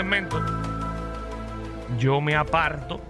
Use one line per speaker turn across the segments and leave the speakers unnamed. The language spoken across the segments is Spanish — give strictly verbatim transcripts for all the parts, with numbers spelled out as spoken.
segmento yo me aparto.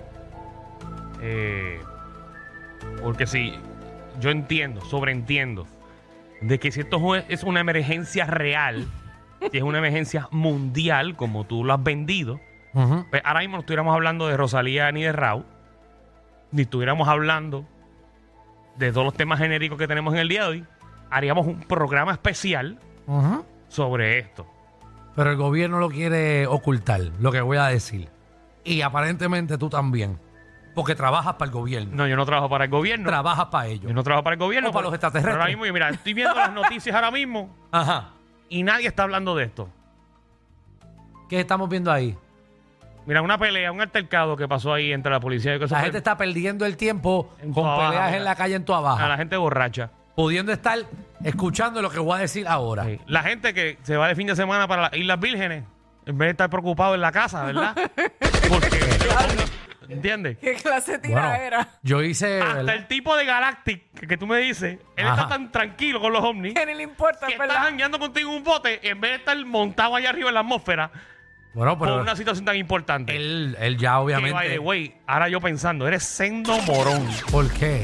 Eh, porque si yo entiendo, sobreentiendo, de que si esto es una emergencia real, si es una emergencia mundial, como tú lo has vendido, uh-huh. pues ahora mismo no estuviéramos hablando de Rosalía ni de Raúl, ni estuviéramos hablando de todos los temas genéricos que tenemos en el día de hoy. Haríamos un programa especial uh-huh. sobre esto.
Pero el gobierno lo quiere ocultar, lo que voy a decir. Y aparentemente tú también. Porque trabajas para el gobierno.
No, yo no trabajo para el gobierno.
Trabajas para ellos.
Yo no trabajo para el gobierno.
O para
pero,
los extraterrestres.
Pero ahora mismo, mira, estoy viendo las noticias ahora mismo.
Ajá.
Y nadie está hablando de esto.
¿Qué estamos viendo ahí?
Mira, una pelea, un altercado que pasó ahí entre la policía y...
La gente fue... está perdiendo el tiempo
en
con
Baja,
peleas
mira.
en la calle en Toa Baja.
A la gente borracha.
Pudiendo estar escuchando lo que voy a decir ahora.
Sí. La gente que se va de fin de semana para las Islas Vírgenes, en vez de estar preocupado en la casa, ¿verdad? Porque... ¿Entiendes?
¿Qué clase de tiradera?
Bueno, yo hice...
Hasta
¿verdad?
el tipo de Galactic que, que tú me dices, él
Ajá.
está tan tranquilo con los ovnis
Que ni le importa,
que está
¿verdad?
jangueando contigo en un bote en vez de estar montado allá arriba en la atmósfera
Bueno, pero
por una situación tan importante.
él, él ya obviamente...
Que, by the way, ahora yo pensando, eres sendo morón.
¿Por qué?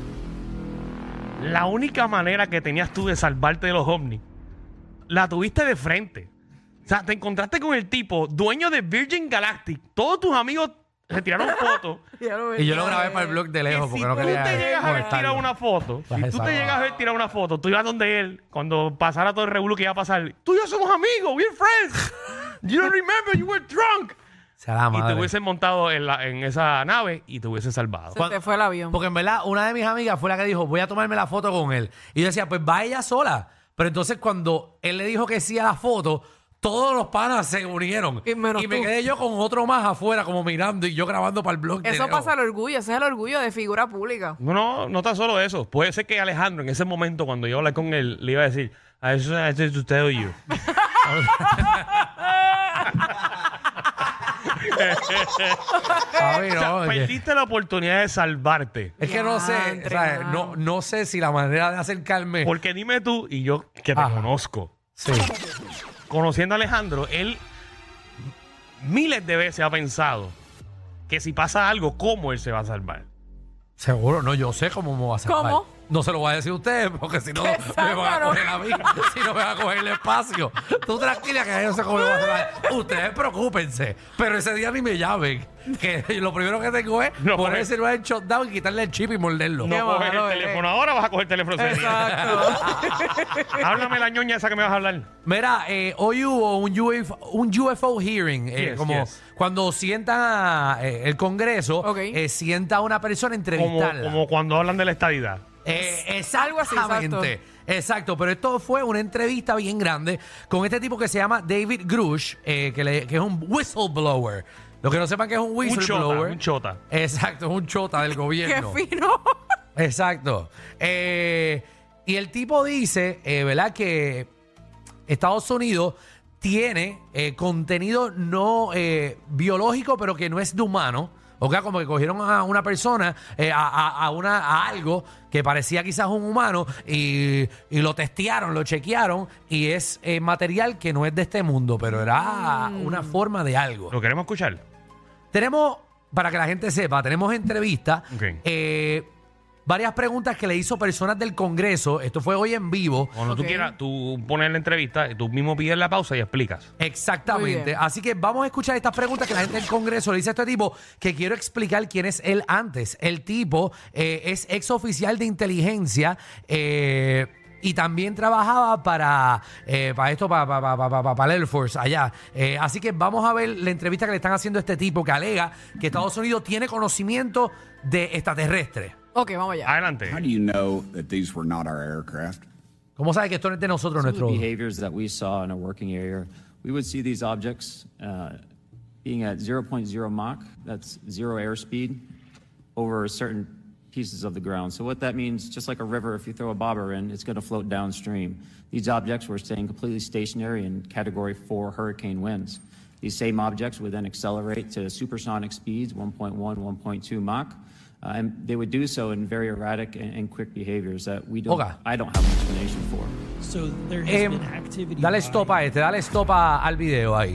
La única manera que tenías tú de salvarte de los ovnis, la tuviste de frente. O sea, te encontraste con el tipo, dueño de Virgin Galactic. Todos tus amigos se tiraron fotos.
Y yo lo grabé para el blog de lejos porque
si
no quería
tú te llegas a ver
molestarlo.
tirar una foto, si
Baja
tú
esa-
te llegas a ver tirar una foto, tú ibas donde él, cuando pasara todo el revuelo que iba a pasar, tú y yo somos amigos, we're friends. You don't remember, you were drunk.
Sea la
Y
madre.
te hubiesen montado en, la, en esa nave y te hubiese salvado.
Se te fue el avión.
Porque en verdad, una de mis amigas fue la que dijo, voy a tomarme la foto con él. Y yo decía, pues va ella sola. Pero entonces cuando él le dijo que sí a la foto, todos los panas se unieron.
Y menos
me
tú.
quedé yo con otro más afuera como mirando y yo grabando para el blog. de
Eso
lejos.
pasa al orgullo, ese es el orgullo de figura pública.
No, no, no tan solo eso. Puede ser que Alejandro en ese momento, cuando yo hablé con él, le iba a decir, a eso es usted o yo.
Papi, no,
O sea,
oye.
perdiste la oportunidad de salvarte.
Es que no sé,
Diantre,
¿sabes?
mano.
No, no sé si la manera de acercarme...
Porque dime tú, y yo que te
Ajá.
conozco,
Sí.
conociendo a Alejandro, él miles de veces ha pensado que si pasa algo, ¿cómo él se va a salvar?
Seguro, no, yo sé cómo me va a salvar.
¿Cómo?
No se lo voy a decir a ustedes porque si no me van a
Exacto,
coger a mí, si no me van a coger el espacio. Tú tranquila que yo sé cómo me va a salvar. Ustedes preocúpense, pero ese día ni me llamen. Que lo primero que tengo es
No,
poner
porque-
el celular en shutdown y quitarle el chip y morderlo.
No
Qué
coges
malo
el
eres.
teléfono ahora, vas a coger el teléfono ese día.
Exacto.
Háblame la ñoña esa que me vas a hablar.
Mira, eh, hoy hubo un U F O, un U F O hearing, eh,
Yes,
como
yes.
cuando sientan a, eh, el Congreso,
Ok.
eh, sienta a una persona a
Como,
entrevistarla.
como cuando hablan de la estadidad.
Eh,
Algo así,
exactamente. Exacto, pero esto fue una entrevista bien grande con este tipo que se llama David Grush, eh, que, le- que es un whistleblower. Lo que no sepan que es un
Un chota,
whistleblower.
un chota.
Exacto, es un chota del
Qué
gobierno.
fino.
Exacto. Eh, y el tipo dice, eh, ¿verdad? Que Estados Unidos tiene eh, contenido no eh, biológico, pero que no es de humano. O sea, como que cogieron a una persona, eh, a, a- a una, a algo que parecía quizás un humano y, y lo testearon, lo chequearon y es eh, material que no es de este mundo, pero era una forma de algo.
¿Lo queremos escuchar?
Tenemos, para que la gente sepa, tenemos entrevistas,
Ok.
eh, varias preguntas que le hizo personas del Congreso. Esto fue hoy en vivo.
Cuando tú
Ok.
quieras, tú pones la entrevista, y tú mismo pides la pausa y explicas.
Muy
Exactamente.
bien.
Así que vamos a escuchar estas preguntas que la gente del Congreso le dice a este tipo, que quiero explicar quién es él antes. El tipo eh, es ex oficial de inteligencia eh, y también trabajaba para, eh, para esto, para, para, para, para- para el Air Force allá. Eh, así que vamos a ver la entrevista que le están haciendo a este tipo que alega que Estados Unidos tiene conocimiento de extraterrestres.
Ok, vamos allá.
Adelante.
How do you know that these were not our aircraft?
¿Cómo sabe que esto no es de nosotros,
Some of the
nuestro?
behaviors that we saw in a working area, we would see these objects uh, being at zero point zero Mach, that's zero airspeed, over certain pieces of the ground. So what that means, just like a river, if you throw a bobber in, it's going to float downstream. These objects were staying completely stationary in Category four hurricane winds. These same objects would then accelerate to supersonic speeds, one point one, one point two Mach. Uh, and they would do so in very erratic and, and quick behaviors that we don't,
Okay.
I don't have an explanation for.
So there has
Em,
been activity.
dale
by-
stop a este, dale stop a- al video ahí.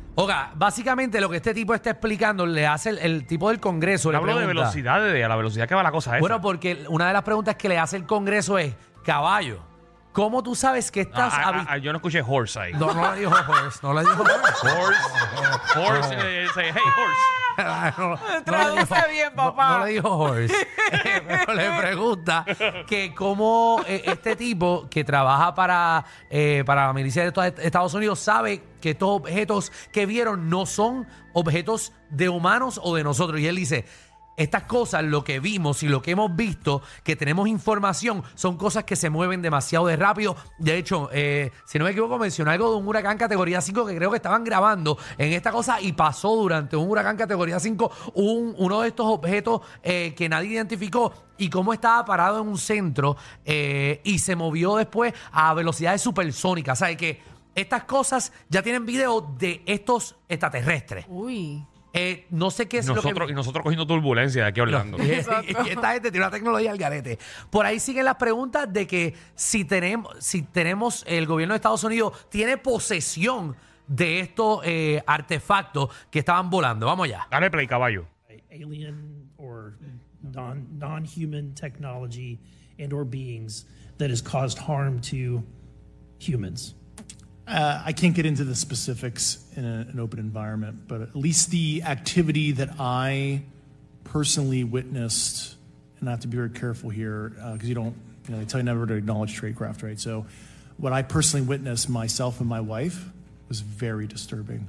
Oiga, básicamente lo que este tipo está explicando le hace el, el tipo del Congreso. Le
Hablo de
pregunta,
velocidad, de, a la velocidad que va la cosa esa.
Bueno, porque una de las preguntas que le hace el Congreso es, caballo, ¿cómo tú sabes que estás...
Ah, ah,
habi-
ah, yo no escuché horse ahí.
No, no le dijo horse, no le dijo horse.
Horse. Horse. eh, say, hey, horse.
No, no le
Traduce
dijo-
bien,
no-
papá.
No, le dijo horse. Pero le pregunta que cómo eh, este tipo que trabaja para, eh, para la milicia de Estados- Estados Unidos sabe que estos objetos que vieron no son objetos de humanos o de nosotros. Y él dice... Estas cosas, lo que vimos y lo que hemos visto, que tenemos información, son cosas que se mueven demasiado de rápido. De hecho, eh, si no me equivoco, mencioné algo de un huracán categoría cinco que creo que estaban grabando en esta cosa y pasó durante un huracán categoría cinco un, uno de estos objetos eh, que nadie identificó y cómo estaba parado en un centro eh, y se movió después a velocidades supersónicas. ¿Sabes? Que estas cosas ya tienen video de estos extraterrestres.
Uy.
Eh, no sé qué es
Nosotros,
lo que...
y nosotros cogiendo turbulencia de aquí hablando.
Y, y esta gente tiene una tecnología al garete. Por ahí siguen las preguntas de que si tenemos, si tenemos, el gobierno de Estados Unidos tiene posesión de estos eh, artefactos que estaban volando. Vamos allá.
Dale play, caballo.
alien or non non-human technology and or beings that has caused harm to humans.
Uh, I can't get into the specifics in a, an open environment, but at least the activity that I personally witnessed, and I have to be very careful here because uh, you don't, you know, they tell you never to acknowledge tradecraft, right? So, what I personally witnessed myself and my wife was very disturbing.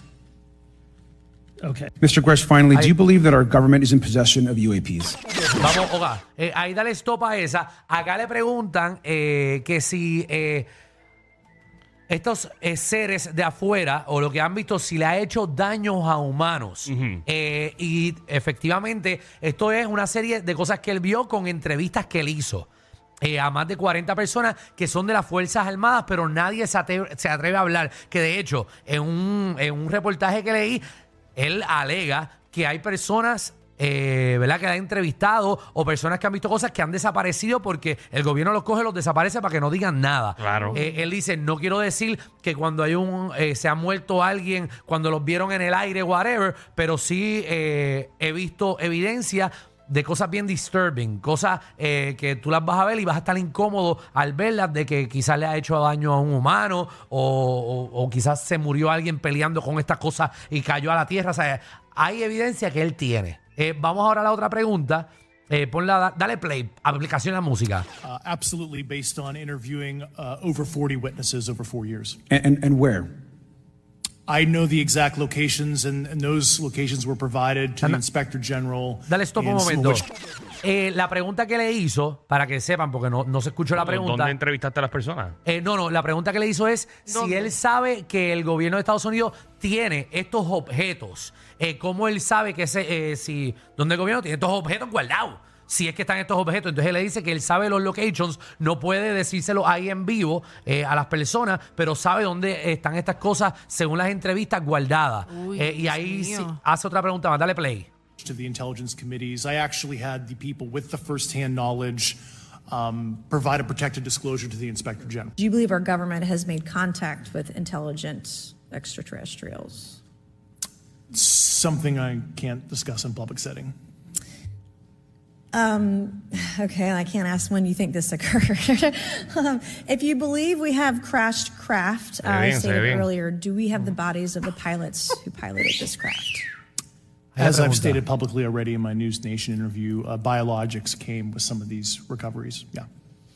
Okay.
Mister Gresh, finally,
I-
do you believe that our government is in possession of U A Ps?
Vamos, Oga. Eh, ahí dale stop a esa. Acá le preguntan eh, que si eh, estos eh, seres de afuera o lo que han visto, si le ha hecho daños a humanos. Eh, y efectivamente, esto es una serie de cosas que él vio con entrevistas que él hizo. Eh, a más de cuarenta personas que son de las Fuerzas Armadas, pero nadie se atreve, se atreve a hablar. Que de hecho, en un, en un reportaje que leí, él alega que hay personas, eh, ¿verdad?, que la han entrevistado o personas que han visto cosas que han desaparecido porque el gobierno los coge y los desaparece para que no digan nada.
Claro.
Eh, él dice, no quiero decir que cuando hay un eh, se ha muerto alguien, cuando los vieron en el aire, whatever, pero sí eh, he visto evidencia de cosas bien disturbing, cosas eh, que tú las vas a ver y vas a estar incómodo al verlas, de que quizás le ha hecho daño a un humano o, o- o quizás se murió alguien peleando con estas cosas y cayó a la tierra. O sea, hay evidencia que él tiene. Eh, vamos ahora a la otra pregunta. Eh, ponla, da- dale play, aplicación a la música.
Uh, absolutely, based on interviewing uh, over forty witnesses over four years.
And, and, and where?
I know the exact locations, and, and those locations were provided to the Inspector General.
Dale stop un
and some of
momento.
which-
Eh, la pregunta que le hizo, para que sepan, porque no, no se escuchó la pregunta.
¿Dónde entrevistaste a las personas?
Eh, no, no, la pregunta que le hizo es si
¿Dónde?
él sabe que el gobierno de Estados Unidos tiene estos objetos. Eh, ¿Cómo él sabe que ese, eh, si, dónde el gobierno tiene estos objetos guardados? Si es que están estos objetos. Entonces él le dice que él sabe los locations, no puede decírselo ahí en vivo eh, a las personas, pero sabe dónde están estas cosas según las entrevistas guardadas.
Uy,
Eh, y
Dios
ahí
mío.
sí, hace otra pregunta más, dale play.
to the intelligence committees. I actually had the people with the firsthand knowledge um, provide a protected disclosure to the Inspector General.
Do you believe our government has made contact with intelligent extraterrestrials?
Something I can't discuss in public setting.
Okay, I can't ask when you think this occurred. um, if you believe we have crashed craft, uh, I
bien, se ve
stated
bien.
earlier, do we have the bodies of the pilots who piloted this craft?
As I've
pregunta.
stated publicly already in my News Nation interview, uh, biologics came with some of these recoveries. Yeah.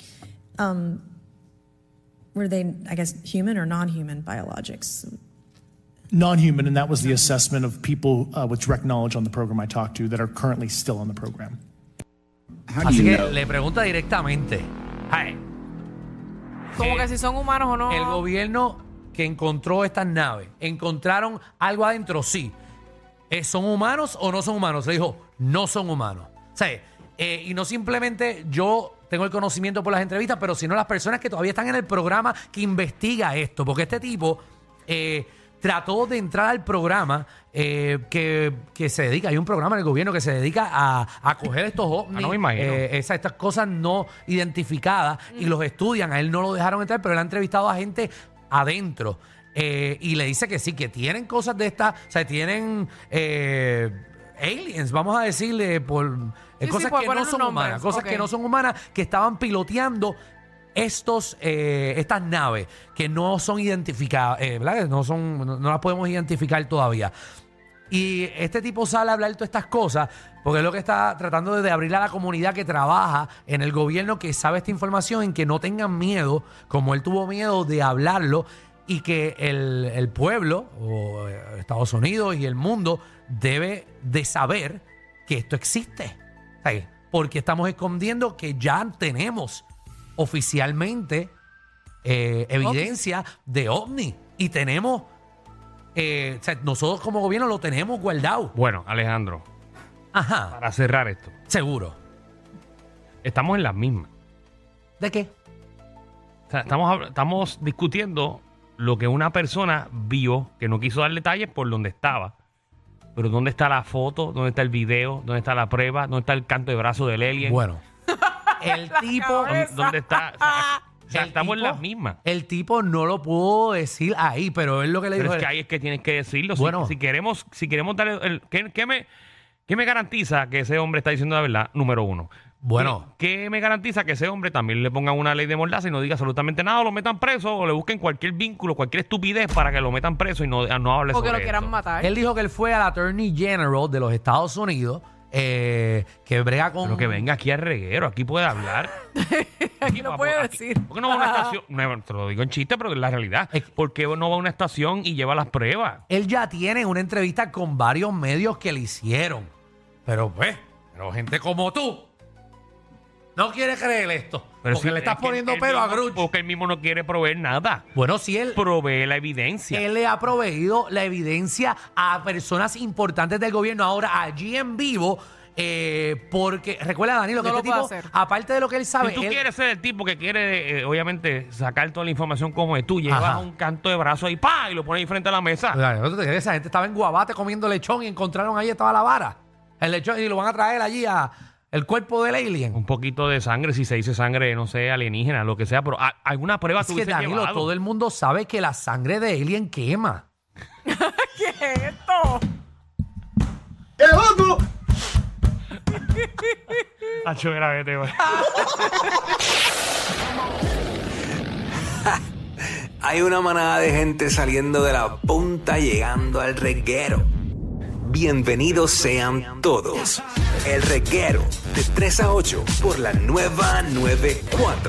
Were they, I guess, human or non-human biologics?
Non-human, and that was the assessment of people uh, with direct knowledge on the program I talked to that are currently still on the program.
How do
Así
you
que
know?
le pregunta directamente. Ay,
Como
Eh,
que si son humanos o no.
el gobierno que encontró estas naves, ¿encontraron algo adentro? Sí. Eh, ¿Son humanos o no son humanos? Le dijo, no son humanos. O sea, eh, y no simplemente yo tengo el conocimiento por las entrevistas, pero sino las personas que todavía están en el programa que investiga esto. Porque este tipo eh, trató de entrar al programa eh, que, que se dedica, hay un programa en el gobierno que se dedica a, a coger estos ovnis,
Ah, no me imagino.
eh, esas, estas cosas no identificadas y los estudian. A él no lo dejaron entrar, pero él ha entrevistado a gente adentro. eh, y le dice que sí, que tienen cosas de estas, o sea, tienen eh, aliens, vamos a decirle, por eh,
Sí, sí,
cosas
por
que no
ponerle
son
nombres,
humanas, cosas
ok.
que no son humanas, que estaban piloteando estos, eh, estas naves que no son identificadas, eh, ¿verdad? Que no son, no, no las podemos identificar todavía. Y este tipo sale a hablar de todas estas cosas porque es lo que está tratando de, de abrir a la comunidad que trabaja en el gobierno, que sabe esta información, en que no tengan miedo, como él tuvo miedo de hablarlo, y que el, el pueblo, o eh, Estados Unidos y el mundo, debe de saber que esto existe. O sea, porque estamos escondiendo que ya tenemos oficialmente eh, evidencia de ovni y tenemos... Eh, o sea, nosotros como gobierno lo tenemos guardado.
Bueno, Alejandro,
Ajá,
para cerrar esto,
seguro.
estamos en las mismas.
¿De qué?
O sea, estamos, hab- estamos discutiendo lo que una persona vio, que no quiso dar detalles por donde estaba. Pero ¿dónde está la foto? ¿Dónde está el video? ¿Dónde está la prueba? ¿Dónde está el canto de brazo del alien?
Bueno, el tipo...
¿Dónde, dónde está? O sea, o sea,
el
estamos en
tipo-
las mismas.
El tipo no lo pudo decir ahí, pero es lo que le
Pero
dijo.
es que ahí es que tienes que decirlo. Si-
Bueno.
Si, queremos, si queremos dar el... el- ¿qué, qué me, ¿Qué me garantiza que ese hombre está diciendo la verdad? Número uno.
Bueno.
¿Qué, qué me garantiza que ese hombre también le pongan una ley de mordaza y no diga absolutamente nada, o lo metan preso, o le busquen cualquier vínculo, cualquier estupidez para que lo metan preso y no, no hable
Porque
sobre
lo quieran
esto?
matar.
Él dijo que él fue al Attorney General de los Estados Unidos, eh, que brega con...
Pero que venga aquí al reguero, aquí puede hablar.
Aquí lo
va-
puede
aquí-
decir.
¿Por qué no va a una estación? No, te lo digo en chiste, pero es la realidad.
Es que-
¿Por qué no va a una estación y lleva las pruebas?
Él ya tiene una entrevista con varios medios que le hicieron. Pero pues, pero gente como tú no quiere creer esto.
Pero
porque
si-
le estás
es que
poniendo
él
pero a
mismo-
Gruch.
Porque él mismo no quiere proveer nada.
Bueno, si él...
Provee la evidencia.
Él le ha proveído la evidencia a personas importantes del gobierno ahora allí en vivo, eh, porque recuerda, Danilo, que
No lo
este
puede
tipo,
hacer.
aparte de lo que él sabe,
Si tú
él-
quieres ser el tipo que quiere, eh, obviamente, sacar toda la información como es tú, llevas
Ajá.
un canto de brazo ahí, ¡pa! Y lo pones ahí frente a la mesa.
Claro, ¿no te crees? Esa gente estaba en Guabate comiendo lechón y encontraron ahí estaba la vara. El lechón y lo van a traer allí a el cuerpo del alien.
Un poquito de sangre, si se dice sangre, no sé, alienígena, lo que sea, pero a- alguna prueba
Es
tú
que
hubieses
Danilo,
llevado.
todo el mundo sabe que la sangre de alien quema.
¿Qué es esto?
Acho, mira, vete, güey.
Hay una manada de gente saliendo de la punta llegando al reguero. Bienvenidos sean todos. El reguero de tres a ocho por la nueva noventa y cuatro.